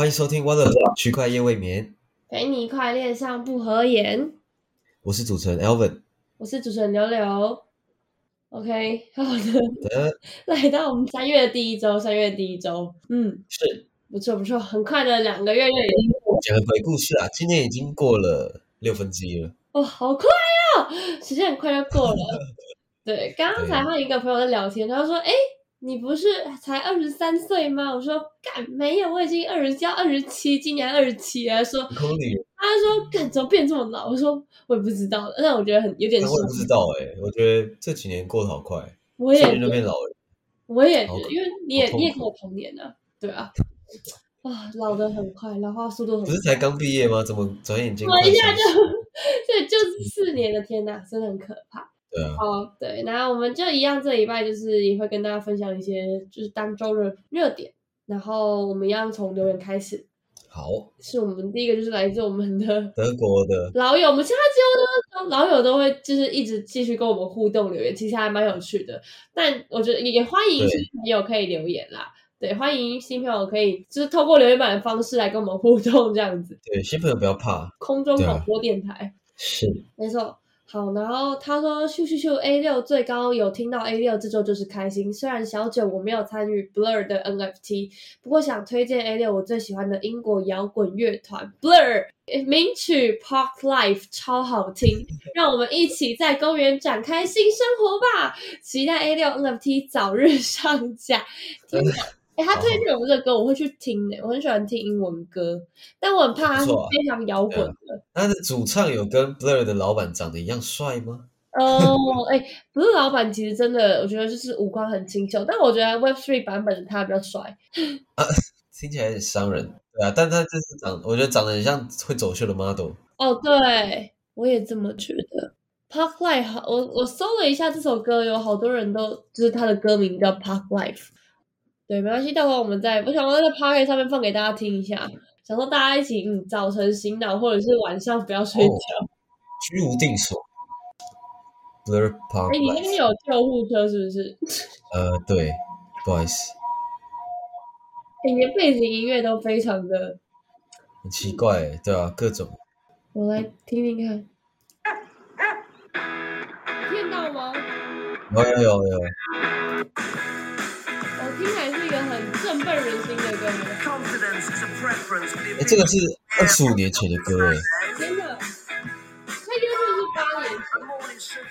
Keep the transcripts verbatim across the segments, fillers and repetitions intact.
欢迎收听 Water 区块夜未眠， 陪你一块恋上不合言。 我是主持人 Alvin， 我是主持人刘刘。OK， 好的， 的来到我们三月的第一周，三月的第一周，嗯， 是不错不错，很快的两个月又已经过， 讲个鬼故事啊，今年已经过了六分之一了， 哦，好快哦，时间很快就过了。对，刚刚才和一个朋友在聊天，他说：“哎，你不是才二十三岁吗？”我说：“干，没有，我已经二十要二十七，今年二十七了。”说， 空里， 他说：“干，怎么变这么老？”我说：“我也不知道，但我觉得很有点。” 但我也不知道哎、欸，我觉得这几年过得好快， 我也瞬间就变老了。 我也觉得， 好可因为你也好痛苦你也跟我同年啊，对啊，啊，老得很快，老化速度很快， 不是才刚毕业吗？怎么转眼间我快一下就， 三十？ 对，就是四年的天哪，真的很可怕。 对啊， 哦，对，然后我们就一样，这礼拜就是也会跟大家分享一些就是当周的热点，然后我们一样从留言开始， 好， 是我们第一个就是来自我们的德国的老友，我们现在几乎都老友都会就是一直继续跟我们互动留言，其实还蛮有趣的。但我觉得也欢迎新朋友可以留言啦，对，欢迎新朋友可以就是透过留言板的方式来跟我们互动，这样子。 对新朋友不要怕， 空中广播电台， 是没错。好，然后他说咻咻咻 A 六最高有听到 A 六这周就是开心，虽然小九我没有参与 Blur 的 N F T， 不过想推荐 A 六我最喜欢的英国摇滚乐团 Blur 名曲 Park Life 超好听，让我们一起在公园展开新生活吧，期待 A 六 N F T 早日上架。天哪欸，他推荐我们这个歌，我会去听的、欸。我很喜欢听英文歌，但我很怕他是非常摇滚的。 他的主唱有跟 Blur 的老板长得一样帅吗？ 哦，哎、欸，不是老板，其实真的，我觉得就是五官很清秀，但我觉得 Web 三 版本的他比较帅。 啊，听起来有点伤人，对啊，但他就是长，我觉得长得很像会走秀的 model。 哦，对，我也这么觉得。Park Life， 我我搜了一下这首歌，有好多人都就是他的歌名叫 Park Life。对，没关系，待会我们再，我想要在 Park 上面放给大家听一下，想说大家一起嗯早晨醒脑，或者是晚上不要睡觉。哦、 居无定所。Blur Park Life。 哎，你那边有救护车是不是？ 呃，对，不好意思。 哎，你的背景音乐都非常的很奇怪，对啊，各种。 我来听听看，听到吗？ 有有有有。 我听起来是一个很振奋人心的歌。 哎，这个是二十五年前的歌哎。 真的，它应该就是八年前。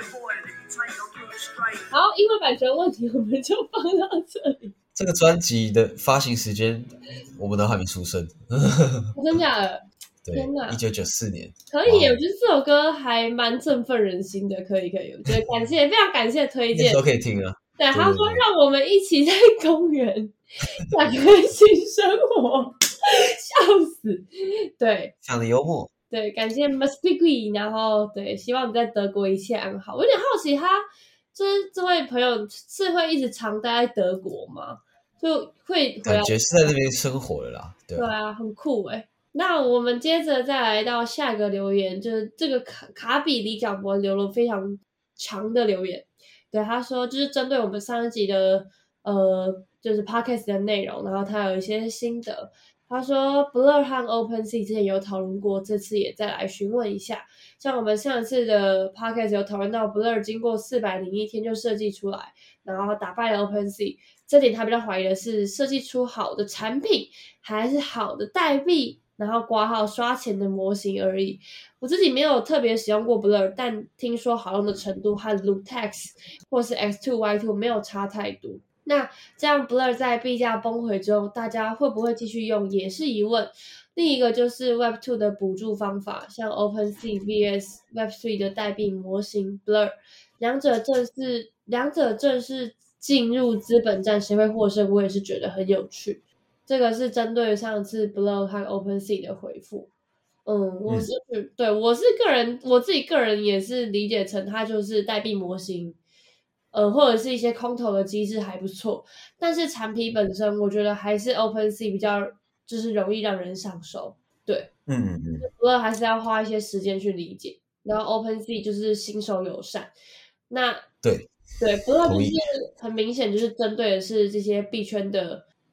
好，因为版权问题，我们就放到这里。 这个专辑的发行时间，我们都还没出生。 真假的？ 对， 天哪！ 一九九四年。 可以，我觉得这首歌还蛮振奋人心的，可以可以，我觉得感谢，非常感谢推荐。 那时候可以听啊。 对，他说让我们一起在公园展开新生活，笑死。对， 讲的幽默。 对，感谢 Muspigui， 然后对，希望你在德国一切安好。我有点好奇他，就是这位朋友是会一直常待在德国吗？就会感觉是在那边生活了啦。对啊， 对啊，很酷哎。那我们接着再来到下一个留言，就是这个卡卡比李小博留了非常长的留言。对，他说就是针对我们上一集的呃，就是 podcast 的内容，然后他有一些心得。他说 Blur 和 OpenSea 之前有讨论过，这次也再来询问一下。像我们上一次的 podcast 有讨论到 Blur 经过四百零一天就设计出来，然后打败了 OpenSea， 这点他比较怀疑的是设计出好的产品还是好的代币，然后挂号刷钱的模型而已。我自己没有特别使用过 Blur， 但听说好用的程度和 Lootex 或是 X 二 Y 二 没有差太多。那这样 Blur 在币价崩回之后，大家会不会继续用也是疑问。另一个就是 Web 二 的补助方法，像 OpenSea vs Web 三 的代币模型 Blur， 两者正是两者正是进入资本战，谁会获胜？我也是觉得很有趣。这个是针对上次 Blur 和 OpenSea 的回复。嗯，我是、嗯、对我是个人，我自己个人也是理解成它就是代币模型。呃，或者是一些空投的机制还不错，但是产品本身我觉得还是 OpenSea 比较就是容易让人上手，对， 嗯嗯嗯， 不过还是要花一些时间去理解。然后 OpenSea 就是新手友善，那对对，不过就是很明显就是针对的是这些币圈的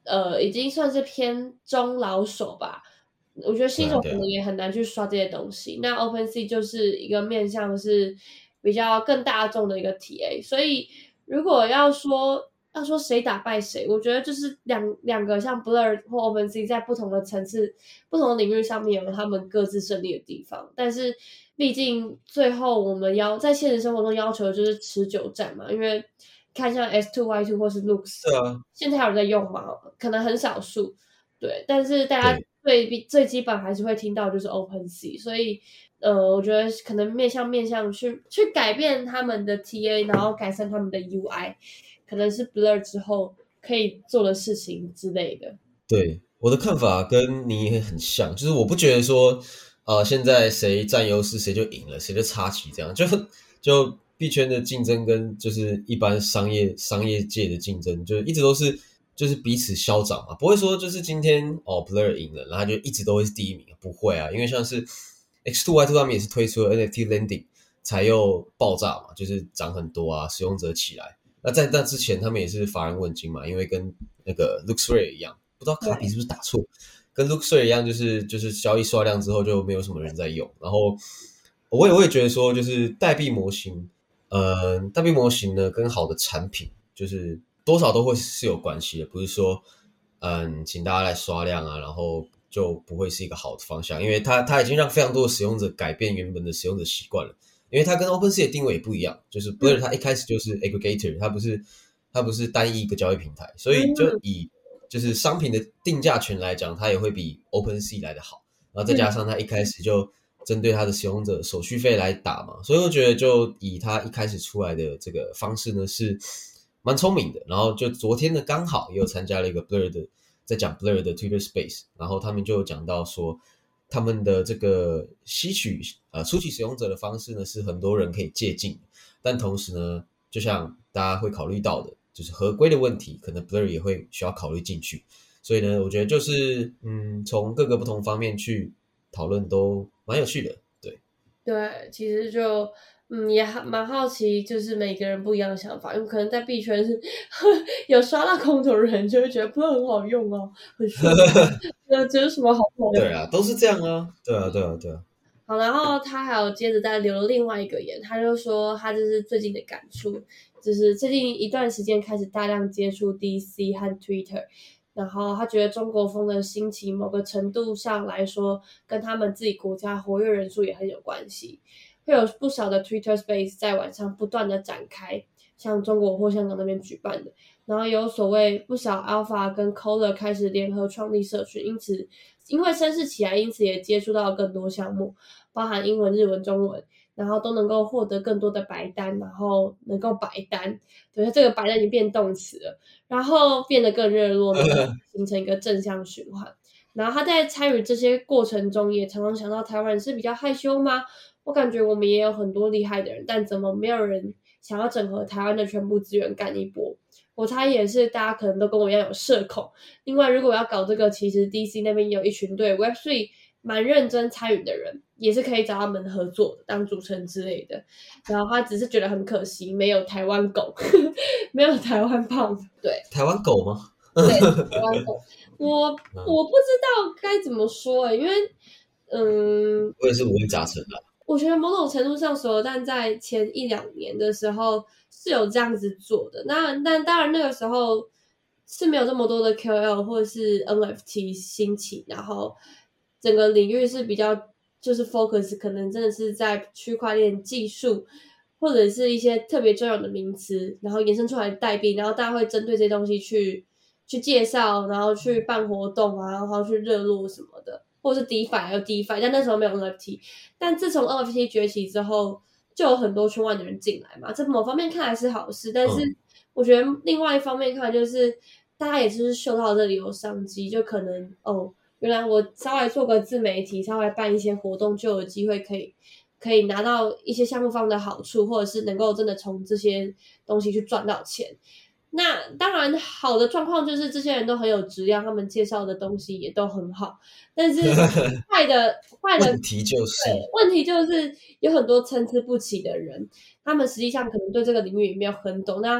呃已经算是偏中老手吧。我觉得新手可对啊对啊， 能也很难去刷这些东西。那 OpenSea 就是一个面向是比较更大众的一个 T A，所以如果要说要说谁打败谁，我觉得就是两两个像 Blur 或 OpenSea 在不同的层次、不同的领域上面有他们各自胜利的地方，但是毕竟最后我们要在现实生活中要求的就是持久战嘛，因为看像 S 二 Y 二 或是 Lux， 对啊， 现在还有人在用吗？可能很少数，对，但是大家对。 最最基本还是会听到就是 OpenSea，所以呃，我觉得可能面向面向去去改变他们的 T A，然后改善他们的 U I，可能是 Blur 之后可以做的事情之类的。 对，我的看法跟你也很像，就是我不觉得说，呃，现在谁占优势谁就赢了，谁就插旗这样，就就币圈的竞争跟就是一般商业商业界的竞争，就一直都是就是彼此消长嘛，不会说就是今天哦 Blur 赢了，然后就一直都会是第一名，不会啊，因为像是 X 二 Y 二 他们也是推出了 N F T Lending 才又爆炸嘛，就是涨很多啊，使用者起来。那在那之前，他们也是乏人问津嘛，因为跟那个 LuxRare 一样，不知道卡比对， 是不是打错，跟 LuxRare 一样，就是就是交易刷量之后就没有什么人在用。然后我也我也觉得说，就是代币模型，呃，代币模型呢跟好的产品，就是多少都会是有关系的，不是说嗯，请大家来刷量啊，然后就不会是一个好的方向，因为它它已经让非常多的使用者改变原本的使用者习惯了。因为它跟 OpenSea 的定位也不一样，就是 Blur 嗯它一开始就是 aggregator，它不是它不是单一一个交易平台，所以就嗯以就是商品的定价权来讲，它也会比 OpenSea 来的好。然后再加嗯， 上它一开始就针对它的使用者手续费来打嘛，所以我觉得就以它一开始出来的这个方式呢是蛮聪明的。然后就昨天呢刚好也有参加了一个 Blur 的在讲 Blur 的 Twitter Space，然后他们就讲到说。他们的这个吸取呃初期使用者的方式呢，是很多人可以借鉴，但同时呢，就像大家会考虑到的，就是合规的问题，可能 Blur 也会需要考虑进去。所以呢，我觉得就是嗯，从各个不同方面去讨论都蛮有趣的。对， 对，其实就嗯也还蛮好奇，就是每个人不一样的想法，因为可能在币圈是有刷到空投的人就会觉得不是很好用啊，很顺，呃，这有什么好玩的？ 对啊，都是这样啊。对啊，对啊，对啊。 好，然后他还有接着再留了另外一个言，他就说他这是最近的感触，就是最近一段时间开始大量接触 D C 和 Twitter，然后他觉得中国风的兴起，某个程度上来说，跟他们自己国家活跃人数也很有关系，会有不少的 Twitter Space 在晚上不断的展开，像中国或香港那边举办的，然后有所谓不少 Alpha 跟 Cola 开始联合创立社群，因此因为声势起来，因此也接触到更多项目。包含英文、日文、中文，然后都能够获得更多的白单，然后能够白单，对，这个白单已经变动词了，然后变得更热络，能够形成一个正向循环。然后他在参与这些过程中，也常常想到台湾人是比较害羞吗？我感觉我们也有很多厉害的人，但怎么没有人想要整合台湾的全部资源干一波？我猜也是，大家可能都跟我一样有社恐。另外，如果要搞这个，其实 D C 那边有一群对 Web 三蛮认真参与的人，也是可以找他们合作的，当主持人之类的。然后他只是觉得很可惜，没有台湾狗，没有台湾胖子。对台湾狗吗？ 对，台湾狗，我我不知嗯， 道该怎么说诶、因为嗯， 我也是五味杂陈的。 我觉得某种程度上，手榴弹在前一两年的时候是有这样子做的。那但当然那个时候是没有这么多的 K O L 或者是 N F T 兴起，然后整个领域是比较就是 focus 可能真的是在区块链技术或者是一些特别专有的名词，然后延伸出来的代币，然后大家会针对这些东西去去介绍，然后去办活动啊，然后去热络什么的。或者是 DeFi 还有 DeFi，但那时候没有 N F T。但自从 N F T 崛起之后，就有很多圈外的人进来嘛。这某方面看来是好事，但是嗯， 我觉得另外一方面看就是大家也是嗅到这里有商机，就可能哦，原来我稍微做个自媒体，稍微办一些活动，就有机会可以可以拿到一些项目方的好处，或者是能够真的从这些东西去赚到钱。那当然，好的状况就是这些人都很有质量，他们介绍的东西也都很好。但是坏的坏的问题就是对问题就是有很多参差不齐的人，他们实际上可能对这个领域也没有很懂。那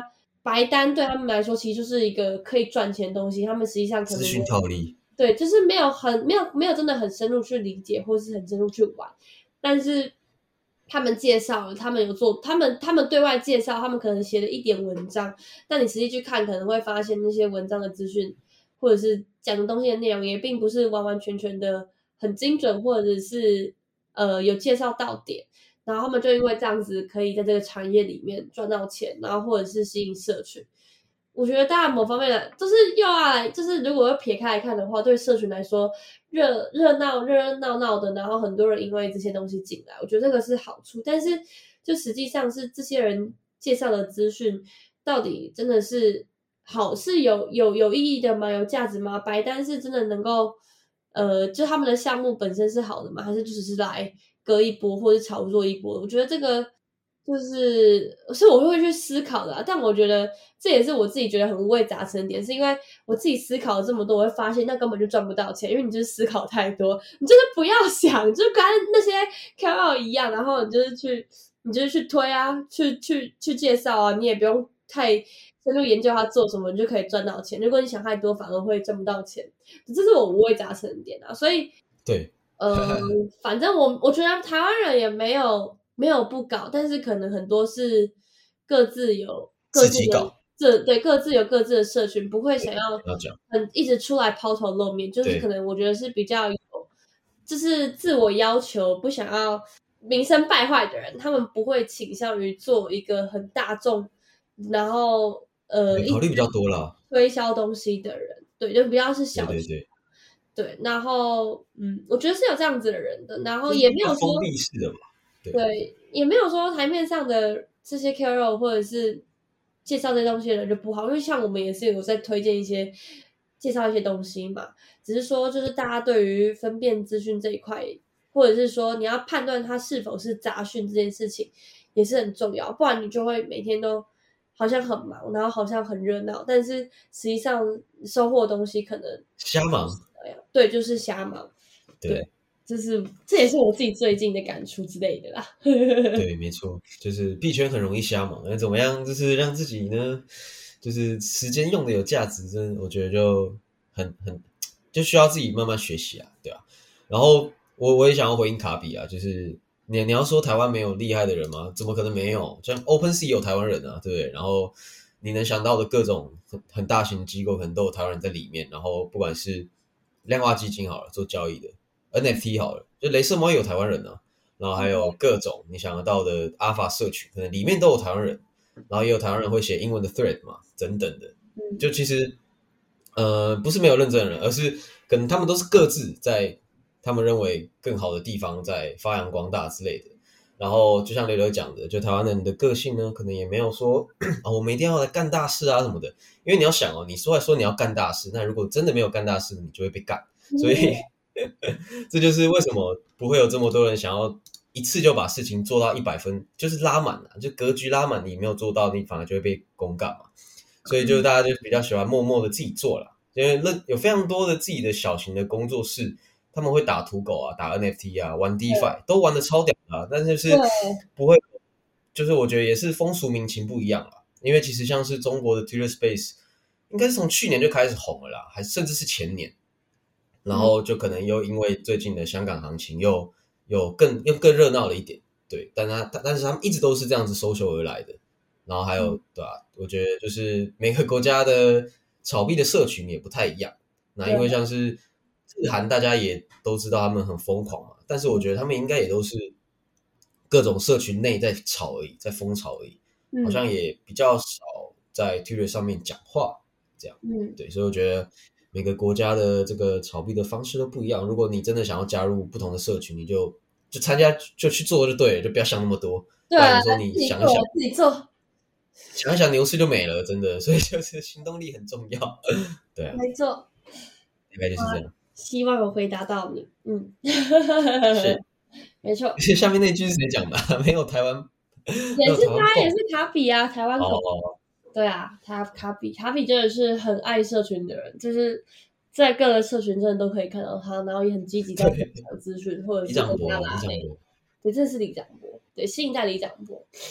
白单对他们来说其实就是一个可以赚钱的东西，他们实际上可能资讯套利， 对，就是没有很没有没有真的很深入去理解，或是很深入去玩，但是他们介绍了，他们有做，他们他们对外介绍，他们可能写了一点文章，但你实际去看，可能会发现那些文章的资讯或者是讲的东西的内容，也并不是完完全全的很精准，或者是呃有介绍到点。然后他们就因为这样子可以在这个产业里面赚到钱，然后或者是吸引社群。我觉得大家某方面的，就是又要来，就是如果要撇开来看的话，对社群来说，热热闹热热闹闹的，然后很多人因为这些东西进来，我觉得这个是好处。但是就实际上是这些人介绍的资讯，到底真的是好，是有有有意义的吗？有价值吗？白单是真的能够，呃，就他们的项目本身是好的吗？还是就只是来割一波或者炒作一波？我觉得这个就是是我会去思考的、啊，但我觉得这也是我自己觉得很五味杂陈的点，是因为我自己思考了这么多，我会发现那根本就赚不到钱，因为你就是思考太多，你就是不要想，就跟那些 K O L 一样，然后你就是去，你就是去推啊，去去去介绍啊，你也不用太深入研究他做什么，你就可以赚到钱。如果你想太多，反而会赚不到钱，这是我五味杂陈的点啊，所以对。 呃，反正我我觉得台湾人也没有没有不搞，但是可能很多是各自有各自的自己搞， 这对各自有各自的社群，不会想要要讲， 很一直出来抛头露面，就是可能我觉得是比较有，就是自我要求，不想要名声败坏的人，他们不会倾向于做一个很大众，然后呃对，考虑比较多啦。 推销东西的人，对，就比较是小对对对， 对，然后嗯，我觉得是有这样子的人的，然后就是也没有说比较封闭式的嘛。对对，也没有说台面上的这些 K O L 或者是介绍这些东西的人就不好，因为像我们也是有在推荐一些介绍一些东西嘛，只是说就是大家对于分辨资讯这一块，或者是说你要判断它是否是杂讯这件事情也是很重要，不然你就会每天都好像很忙，然后好像很热闹，但是实际上收获的东西可能瞎忙， 对，就是瞎忙， 对对，就是这也是我自己最近的感触之类的啦。 对，没错，就是币圈很容易瞎忙，那怎么样？就是让自己呢，就是时间用的有价值，真的我觉得就很很就需要自己慢慢学习啊，对啊。然后我我也想要回应卡比啊，就是你你要说台湾没有厉害的人吗？怎么可能没有？像 OpenSea 有台湾人啊，对不对？然后你能想到的各种很很大型机构，可能都有台湾人在里面。然后不管是量化基金好了，做交易的 N F T 好了，就雷射猫也有台湾人啊。然后还有各种你想得到的 Alpha 社群，可能里面都有台湾人，然后也有台湾人会写英文的 thread 嘛，等等的。就其实呃不是没有认真的人，而是可能他们都是各自在他们认为更好的地方在发扬光大之类的。然后就像刘刘讲的，就台湾人的个性呢，可能也没有说啊、哦，我们一定要来干大事啊什么的。因为你要想哦，你说来说你要干大事，那如果真的没有干大事，你就会被干。所以这就是为什么不会有这么多人想要一次就把事情做到一百分，就是拉满了，就格局拉满，你没有做到，你反而就会被公干嘛。所以就大家就比较喜欢默默的自己做啦，因为有非常多的自己的小型的工作室，他们会打土狗啊，打 N F T 啊，玩 DeFi 都玩的超屌的、啊，但是就是不会，就是我觉得也是风俗民情不一样啦。因为其实像是中国的 Twitter Space， 应该是从去年就开始红了啦，还甚至是前年。然后就可能又因为最近的香港行情又有更又更热闹了一点，对，但他但是他们一直都是这样子收收而来的。然后还有对吧、啊？我觉得就是每个国家的炒币的社群也不太一样。那因为像是日韩，大家也都知道他们很疯狂嘛，但是我觉得他们应该也都是各种社群内在炒而已，在疯炒而已，好像也比较少在 Twitter 上面讲话这样。 嗯， 对，所以我觉得每个国家的这个炒币的方式都不一样。如果你真的想要加入不同的社群，你就就参加就去做就对了，就不要想那么多。 对啊， 不然有时候你想一想， 自己做， 想一想牛市就没了，真的。所以就是行动力很重要。对啊， 没错， 大概就是这样。 希望有回答到你，嗯， 是， 没错。 下面那句是谁讲的、啊？没有台湾， 也是他，也是卡比啊，台湾口。 哦， 对啊，他卡比卡比真的是很爱社群的人，就是在各个社群真的都可以看到他，然后也很积极在分享资讯，或者是跟大家拉雷。对，这是李长博，对，新一代李长博。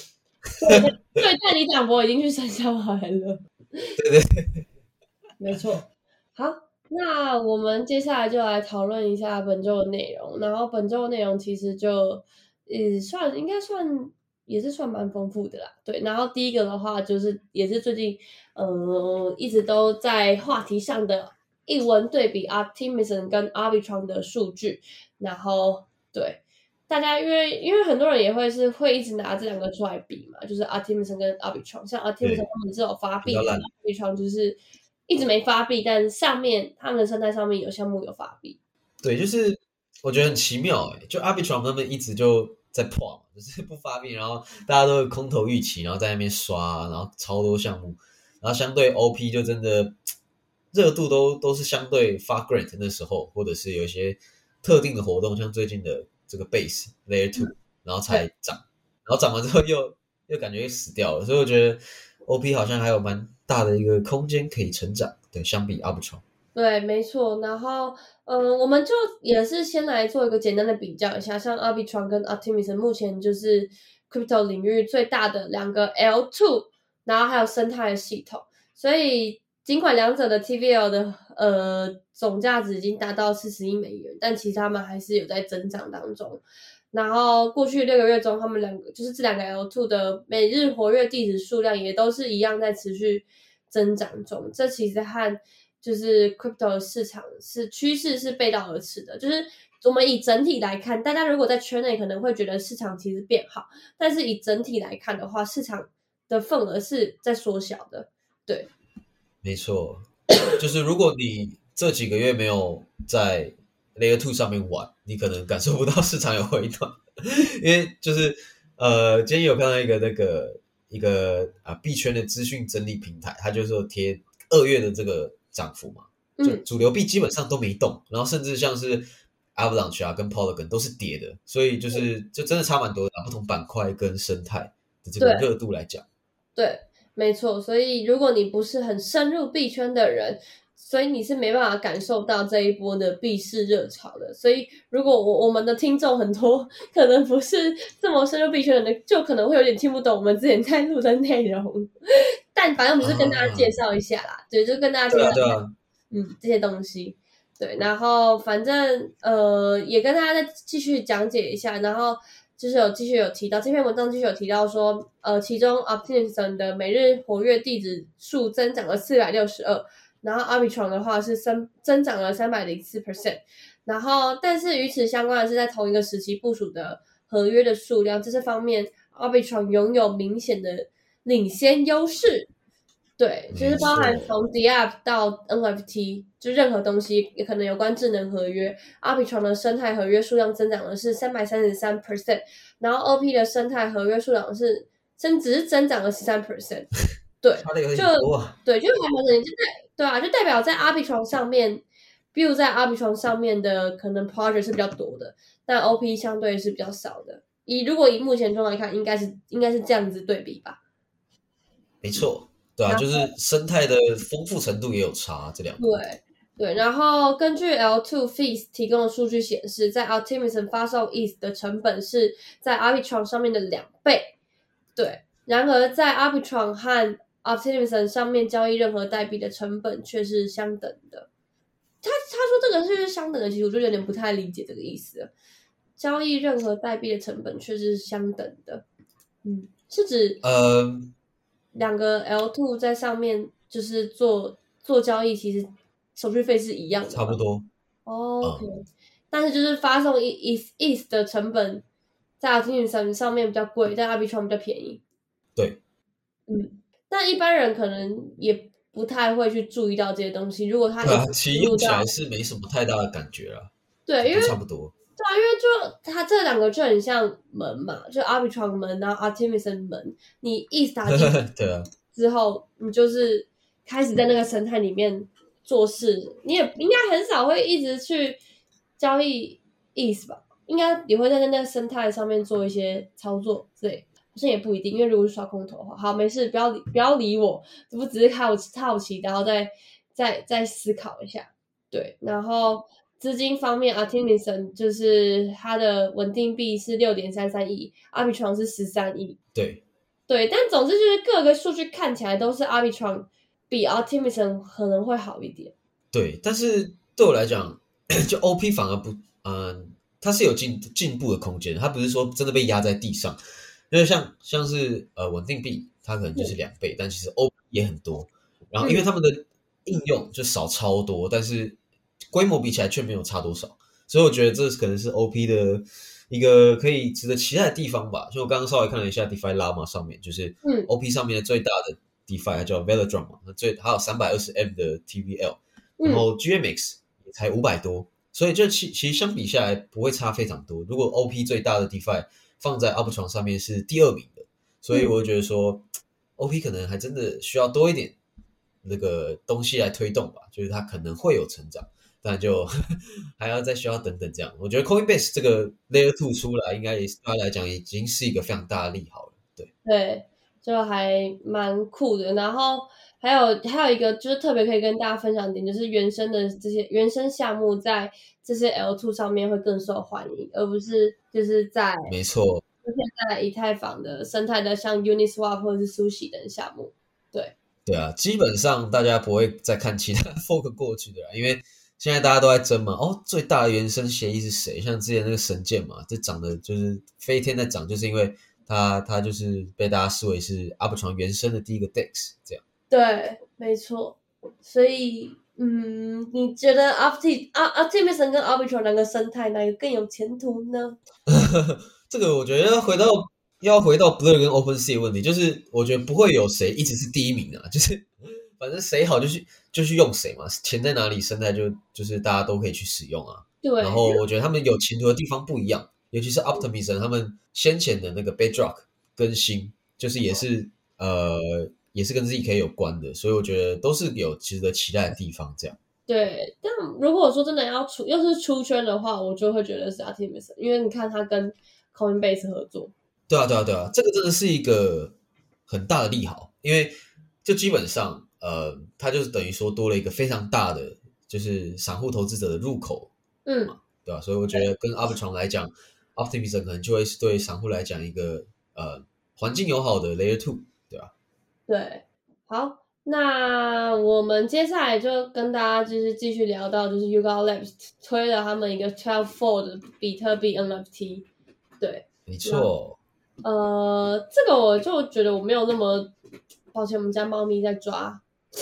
对对，但李长博已经去生小孩了。 对对对， 没错。好，那我们接下来就来讨论一下本周的内容。然后本周的内容其实就，呃，算应该算也是算蛮丰富的啦。对，然后第一个的话就是也是最近，呃，一直都在话题上的一文对比 Optimism 跟 Arbitrum 的数据。然后对。大家因为因为很多人也会是会一直拿这两个出来比嘛，就是 Optimism 跟 Arbitrum， 像 Optimism 他们是有发币的 ，Arbitrum 就是一直没发币，但上面他们的生态上面有项目有发币。 对，就是我觉得很奇妙哎、欸，就 Arbitrum 他们一直就在破，就是不发币，然后大家都有空头预期，然后在那边刷，然后超多项目，然后相对 O P 就真的热度都都是相对发 grant 那时候，或者是有一些特定的活动，像最近的这个 base layer two，然后才涨，然后涨完之后又又感觉又死掉了，所以我觉得 O P 好像还有蛮大的一个空间可以成长，对，相比 Arbitrum。 对，没错。然后，嗯，我们就也是先来做一个简单的比较一下，像 Arbitrum 跟 Optimism 目前就是 crypto 领域最大的两个 L two， 然后还有生态的系统。所以，尽管两者的 T V L 的呃总价值已经达到四十亿美元，但其实他们还是有在增长当中。然后过去六个月中，他们两个就是这两个 L two 的每日活跃地址数量也都是一样在持续增长中。这其实和就是 crypto 市场是趋势是背道而驰的，就是我们以整体来看，大家如果在圈内可能会觉得市场其实变好，但是以整体来看的话，市场的份额是在缩小的。对， 没错，就是如果你这几个月没有在 Layer Two 上面玩，你可能感受不到市场有回暖，因为就是呃，今天有看到一个那个一个啊币圈的资讯整理平台，它就是说贴二月的这个涨幅嘛，就嗯， 主流币基本上都没动，然后甚至像是 Avalanche 啊跟 Polygon 都是跌的，所以就是就真的差蛮多的啊，不同板块跟生态的这个对热度来讲。 对，没错。所以如果你不是很深入币圈的人，所以你是没办法感受到这一波的币市热潮的。所以如果我我们的听众很多可能不是这么深入币圈的人，就可能会有点听不懂我们之前在录的内容。但反正我们是跟大家介啊， 绍一下啦，对，就跟大家介对啊， 绍一下， 对啊， 嗯，这些东西。对，然后反正呃，也跟大家再继续讲解一下，然后就是有继续有提到这篇文章继续有提到说，呃，其中 Optimism 的每日活跃地址数增长了四百六十二，然后 Arbitrum 的话是增增长了三百零四 percent，然后但是与此相关的是在同一个时期部署的合约的数量，这些方面 Arbitrum 拥有明显的领先优势。对，就是没包含错。 从 D App 到 N F T，就任何东西也可能有关智能合约。Arbitrum 的生态合约数量增长的是三百三十三 percent，然后 O P 的生态合约数量是增只是增长了十三 percent。对， 差的有就点多啊。 对，就还蛮就代对啊，就代表在 Arbitrum 上面，build 在 Arbitrum 上面的可能 project 是比较多的，但 O P 相对是比较少的。以如果以目前中来看，应该是应该是这样子对比吧。 没错，对啊， 然后就是生态的丰富程度也有差，这两个。 对对，然后根据 L two Fees 提供的数据显示，在 Optimism 发送 E T H 的成本是在 Arbitrum 上面的两倍。对，然而在 Arbitrum 和 Optimism 上面交易任何代币的成本却是相等的。他他说这个是相等的，其实我就有点不太理解这个意思了。交易任何代币的成本却是相等的，嗯，是指呃， 两个 L two 在上面就是做做交易，其实手续费是一样的吗？ 差不多。 哦？OK， 嗯， 但是就是发送 E T H 的成本在 Optimism 上面比较贵，但 Arbitrum 比较便宜。 对， 嗯，但一般人可能也不太会去注意到这些东西。如果他对啊， 一直其实进入到用起来是没什么太大的感觉啦， 对，因为都差不多。 对啊，因为就它这两个就很像门嘛，就 Arbitrum 门，然后 Optimism 门。你 E T H 打进去对啊， 之后，你就是开始在那个生态里面做事，你也应该很少会一直去交易 E T H 吧？应该也会在那个生态上面做一些操作之类。好像也不一定，因为如果是刷空头的话，好，没事，不要理不要理我，这不只是好奇好奇，然后再再再思考一下。对，然后资金方面 ，Optimism 就是它的稳定币是六点三三亿，Arbitrum 是十三亿。 对， 对，但总之就是各个数据看起来都是 Arbitrum 比 Optimism 可能会好一点。 对，但是对我来讲，就 O P 反而不，嗯，它是有进进步的空间，它不是说真的被压在地上。因为像像是呃稳定币，它可能就是两倍，但其实 O P 也很多。然后因为他们的应用就少超多，但是规模比起来却没有差多少，所以我觉得这可能是 O P 的一个可以值得期待的地方吧。就我刚刚稍微看了一下 DeFi Llama 上面，就是 O P 上面的最大的 DeFi 它叫 Velodrome 嘛，那最它有 三百二十 M 的 T V L， 然后 G M X 也才五百多，所以就其其实相比下来不会差非常多。如果 O P 最大的 DeFi 放在 Arbitrum 上面是第二名的，所以我觉得说、嗯、O P 可能还真的需要多一点那个东西来推动吧，就是它可能会有成长，但就还要再需要等等这样。我觉得 Coinbase 这个 Layer 二 出来，应该也对他来讲已经是一个非常大的利好了。对对，就还蛮酷的。然后还有还有一个就是特别可以跟大家分享的点，就是原生的这些原生项目在这些 L 二 上面会更受欢迎，而不是就是在没错， 出现在以太坊的生态的像 Uniswap 或者是 Sushi 等项目。对对啊，基本上大家不会再看其他 fork 过去的啦，因为现在大家都在争嘛。哦，最大的原生协议是谁？像之前那个神剑嘛，这涨的就是飞天在涨，就是因为它它就是被大家视为是 Arbitrum 原生的第一个 D E X 这样。 对，没错。所以，嗯，你觉得 Opti Optimism 跟 Arbitrum 两个生态哪个更有前途呢？ 这个我觉得要回到要回到 Blur 跟 OpenSea 的问题，就是我觉得不会有谁一直是第一名啊，就是反正谁好就去就去用谁嘛，钱在哪里，生态就就是大家都可以去使用啊。 对， 然后我觉得他们有前途的地方不一样，尤其是 Optimism 他们先前的那个 Bedrock 更新，就是也是呃也是跟 Z K 有关的，所以我觉得都是有值得期待的地方。这样对，但如果说真的要出，要是出圈的话，我就会觉得是 Optimism，因为你看他跟 Coinbase 合作。 对啊，对啊，对啊，这个真的是一个很大的利好，因为就基本上，呃，它就是等于说多了一个非常大的，就是散户投资者的入口， 嗯， 对吧、啊？所以我觉得跟 Arbitrum 来讲 ，Optimism 可能就会是对散户来讲一个呃环境友好的 Layer Two， 对吧、啊？ 对，好，那我们接下来就跟大家就是继续聊到，就是 Yuga Labs 推了他们一个十二 fold 的比特币 N F T， 对， 没错。 呃，这个我就觉得我没有那么，抱歉，我们家猫咪在抓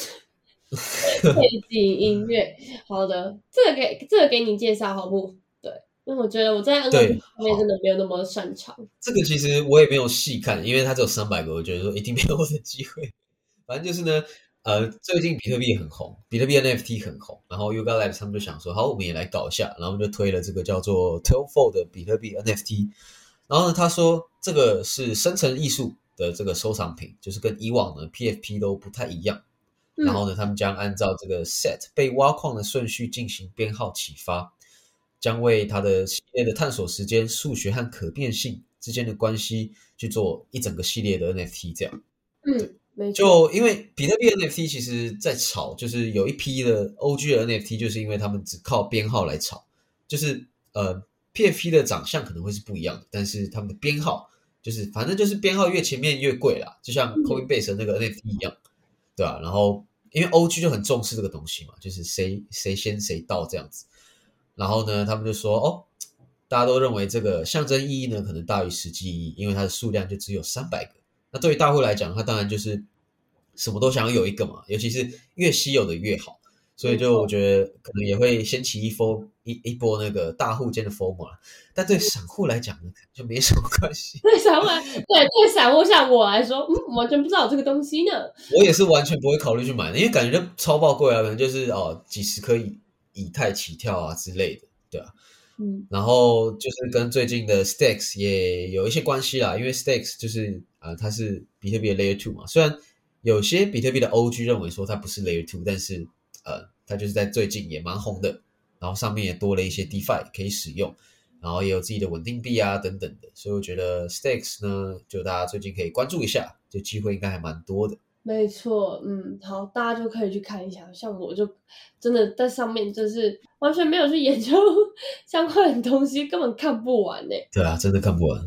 背景音乐。好的，这个给这个给你介绍好不？对，因为我觉得我在 N F T 方面真的没有那么擅长。 这个其实我也没有细看，因为它只有三百个，我觉得说一定没有我的机会。反正就是呢，呃，最近比特币很红，比特币 N F T 很红，然后 Yuga Labs 他们就想说，好，我们也来搞一下，然后就推了这个叫做 twelve fold 的比特币 N F T。然后呢，他说这个是生成艺术的这个收藏品，就是跟以往的 P F P 都不太一样。然后呢，他们将按照这个 set 被挖矿的顺序进行编号启发，将为它的系列的探索时间、数学和可变性之间的关系去做一整个系列的 N F T 这样。 嗯，没错。 就因为比特币 N F T 其实在炒，就是有一批的 O G 的 N F T， 就是因为他们只靠编号来炒，就是呃 P F P 的长相可能会是不一样的，但是他们的编号就是反正就是编号越前面越贵啦，就像 Coinbase 的那个 N F T 一样，对吧、啊？然后因为 O G 就很重视这个东西嘛，就是谁谁先谁到这样子。然后呢，他们就说哦，大家都认为这个象征意义呢可能大于实际意义，因为它的数量就只有三百个。那对于大户来讲，他当然就是什么都想要有一个嘛，尤其是越稀有的越好。所以就我觉得可能也会掀起一波一一波那个大户间的 FOMO 啦，但对散户来讲呢，就没什么关系。 对散户来，对对散户像我来说，嗯，完全不知道有这个东西呢。 我也是完全不会考虑去买的，因为感觉就超爆贵啊，可能就是哦几十颗以以太起跳啊之类的，对啊。 嗯， 然后就是跟最近的 Stacks 也有一些关系啦，因为 Stacks 就是呃它是比特币的 Layer 二 嘛，虽然有些比特币的 O G 认为说它不是 Layer 二，但是呃它就是在最近也蛮红的，然后上面也多了一些 DeFi 可以使用，然后也有自己的稳定币啊等等的，所以我觉得 Stacks 呢就大家最近可以关注一下，就机会应该还蛮多的。 没错，嗯，好，大家就可以去看一下。像我就真的在上面就是完全没有去研究相关的东西，根本看不完呢。 对啊，真的看不完。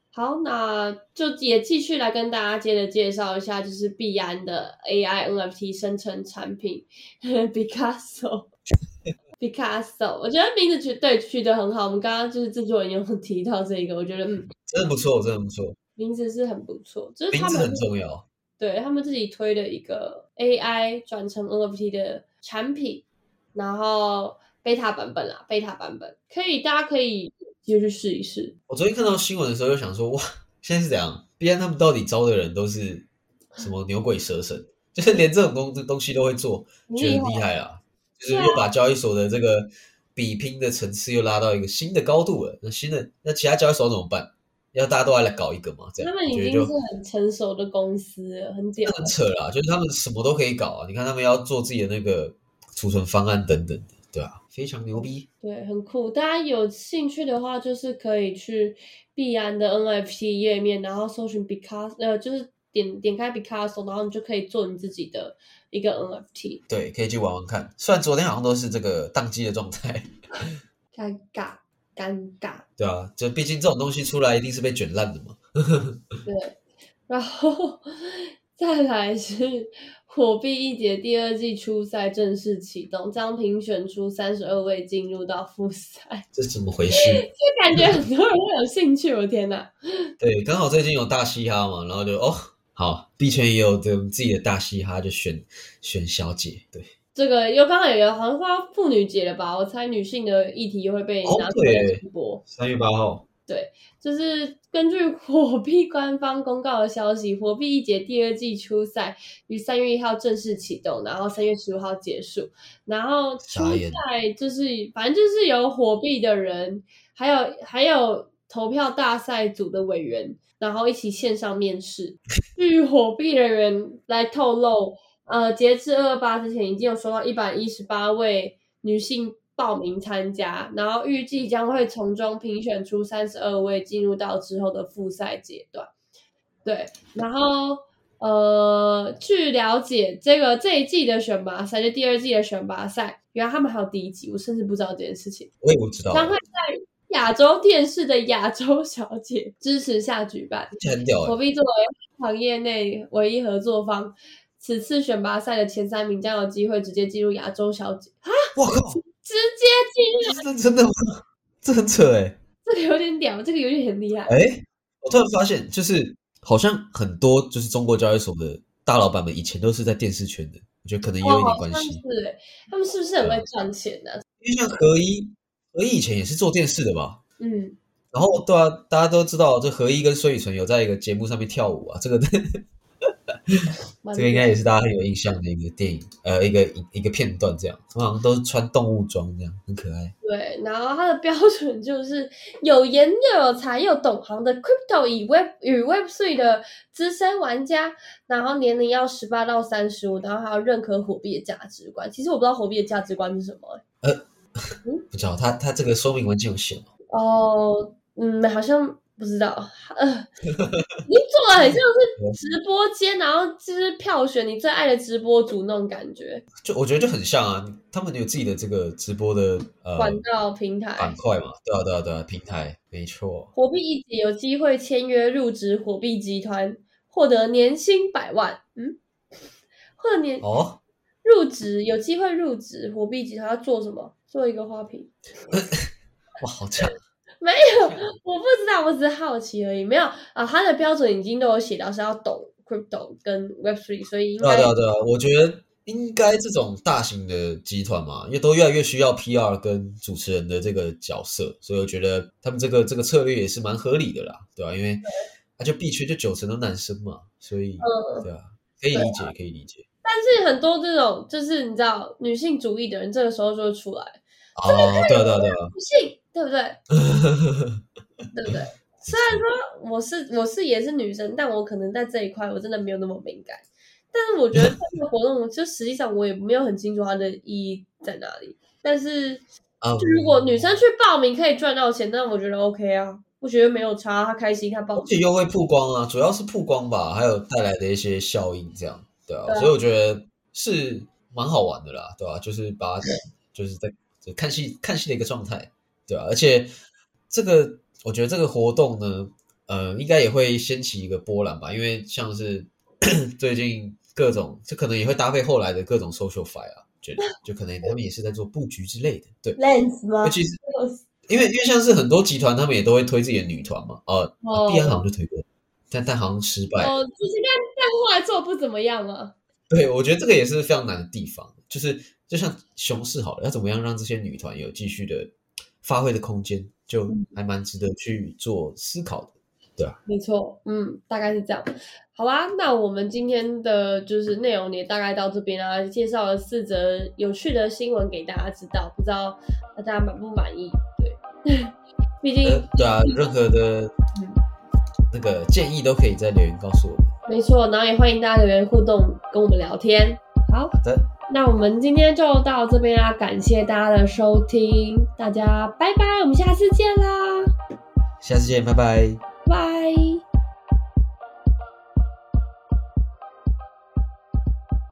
好，那就也继续来跟大家接着介绍一下，就是币安的 A I N F T 生成产品 Picasso。Picasso，我觉得名字取对取得很好。我们刚刚就是制作人有提到这个，我觉得嗯， 真的不错，真的不错， 名字是很不错，就是名字他们很重要。 对他们自己推的一个 A I 转成 N F T 的产品，然后 beta 版本啦，beta 版本可以，大家可以直接去试一试。 我昨天看到新闻的时候，就想说，哇，现在是怎样？币安他们到底招的人都是什么牛鬼蛇神？就是连这种东东西都会做，觉得很厉害啊！就是又把交易所的这个比拼的层次又拉到一个新的高度了。那新的那其他交易所怎么办？要大家都来搞一个嘛？这样他们已经是很成熟的公司了，很屌， 很扯啦！就是他们什么都可以搞啊！你看他们要做自己的那个储存方案等等的，对啊，非常牛逼。 对，很酷。大家有兴趣的话，就是可以去币安的 N F T 页面，然后搜寻 Picasso，呃，就是点点开 Picasso，然后你就可以做你自己的一个 N F T。 对，可以去玩玩看。虽然昨天好像都是这个宕机的状态， 尴尬，尴尬。 对啊，就毕竟这种东西出来一定是被卷烂的嘛。 对，然后再来是火币一节第二季初赛正式启动，将评选出三十二位进入到复赛。 这是怎么回事？ 就感觉很多人会有兴趣，我天哪！ 对，刚好最近有大嘻哈嘛，然后就哦，好，币圈也有这种自己的大嘻哈，就选选小姐。对， 这个又刚好有一个好像快要妇女节了吧？我猜女性的议题又会被拿出来直播。 三月八号， 对，就是根据火币官方公告的消息，火币一节第二季初赛于三月一号正式启动，然后三月十五号结束。然后初赛就是反正就是有火币的人，还有还有投票大赛组的委员，然后一起线上面试。据火币人员来透露，呃，截至二二八之前，已经有收到一百一十八位女性报名参加，然后预计将会从中评选出三十二位进入到之后的复赛阶段。对，然后呃，据了解，这个这一季的选拔赛，就第二季的选拔赛，原来他们还有第一季，我甚至不知道这件事情。 我也不知道， 将会在亚洲电视的亚洲小姐支持下举办。 很屌火币作为行业内唯一合作方，此次选拔赛的前三名将有机会直接进入亚洲小姐啊！ 我靠， 直接进入，这真的吗？这很扯哎、欸， 这个有点屌，这个有点很厉害。 哎、欸，我突然发现，就是好像很多就是中国交易所的大老板们以前都是在电视圈的，我觉得可能也有一点关系。 哦、是、欸，他们是不是很会赚钱呢、啊？ 因为像合一，合一以前也是做电视的吧？ 嗯。 然后对啊，大家都知道这合一跟孙宇晨有在一个节目上面跳舞啊，这个这个应该也是大家很有印象的一个电影，呃，一个一个片段，这样通常都是穿动物装，这样很可爱。 对，然后它的标准就是有颜又有才又懂行的 Crypto 与 Web 与 Web 三 的资深玩家，然后年龄要十八到三十五，然后还要认可火币的价值观。其实我不知道火币的价值观是什么、 欸。呃，嗯、不知道，他他这个说明文件有写吗？ 哦。嗯，好像不知道。呃，你做的很像是直播间，然后就是票选你最爱的直播主那种感觉。 就我觉得就很像啊，他们有自己的这个直播的呃管道平台板块嘛，对啊对啊对啊，平台没错。 火币一姐有机会签约入职火币集团，获得年薪百万。嗯，获得年哦， 入职有机会入职火币集团要做什么？做一个花瓶。 哇，好强！ 没有，我不知道，我只是好奇而已。没有啊，它的标准已经都有写到是要懂 crypto 跟 Web 三，所以应该对啊对啊对啊，我觉得应该这种大型的集团嘛，因为都越来越需要 P R 跟主持人的这个角色，所以我觉得他们这个这个策略也是蛮合理的啦，对吧、啊？因为啊，就币圈就九成都男生嘛，所以、嗯、对啊，可以理解、啊、可以理解。 但是很多这种就是你知道女性主义的人，这个时候就会出来。 哦，对啊对啊对啊， 女性对不对？对不对？虽然说我是我是也是女生，但我可能在这一块我真的没有那么敏感。但是我觉得这个活动就实际上我也没有很清楚它的意义在哪里。但是就如果女生去报名可以赚到钱，那我觉得 OK 啊，我觉得没有差，她开心她报名， 而且又会曝光啊，主要是曝光吧，还有带来的一些效应，这样对啊，对啊，所以我觉得是蛮好玩的啦，对吧、啊？就是把就是在看戏看戏的一个状态，对吧、啊？而且这个我觉得这个活动呢， 呃，应该也会掀起一个波澜吧，因为像是最近各种，这可能也会搭配后来的各种 social fi 啊，觉得就可能他们也是在做布局之类的，对 Lens 吗？ 尤其是因为因为像是很多集团，他们也都会推自己的女团嘛，呃， 哦， 币安好像就推过，但但好像失败了。 哦，就是但但后来做不怎么样啊。 对，我觉得这个也是非常难的地方，就是就像雄狮好了，要怎么样让这些女团有继续的发挥的空间，就还蛮值得去做思考的，对啊。 没错，嗯，大概是这样。好啦，那我们今天的就是内容也大概到这边啦，介绍了四则有趣的新闻给大家知道，不知道大家满不满意？对，毕竟、 呃、对啊，任何的那个建议都可以在留言告诉我们。 没错，然后也欢迎大家留言互动，跟我们聊天。好， 好的， 那我们今天就到这边啦，感谢大家的收听，大家拜拜，我们下次见啦， 下次见，拜拜。 拜。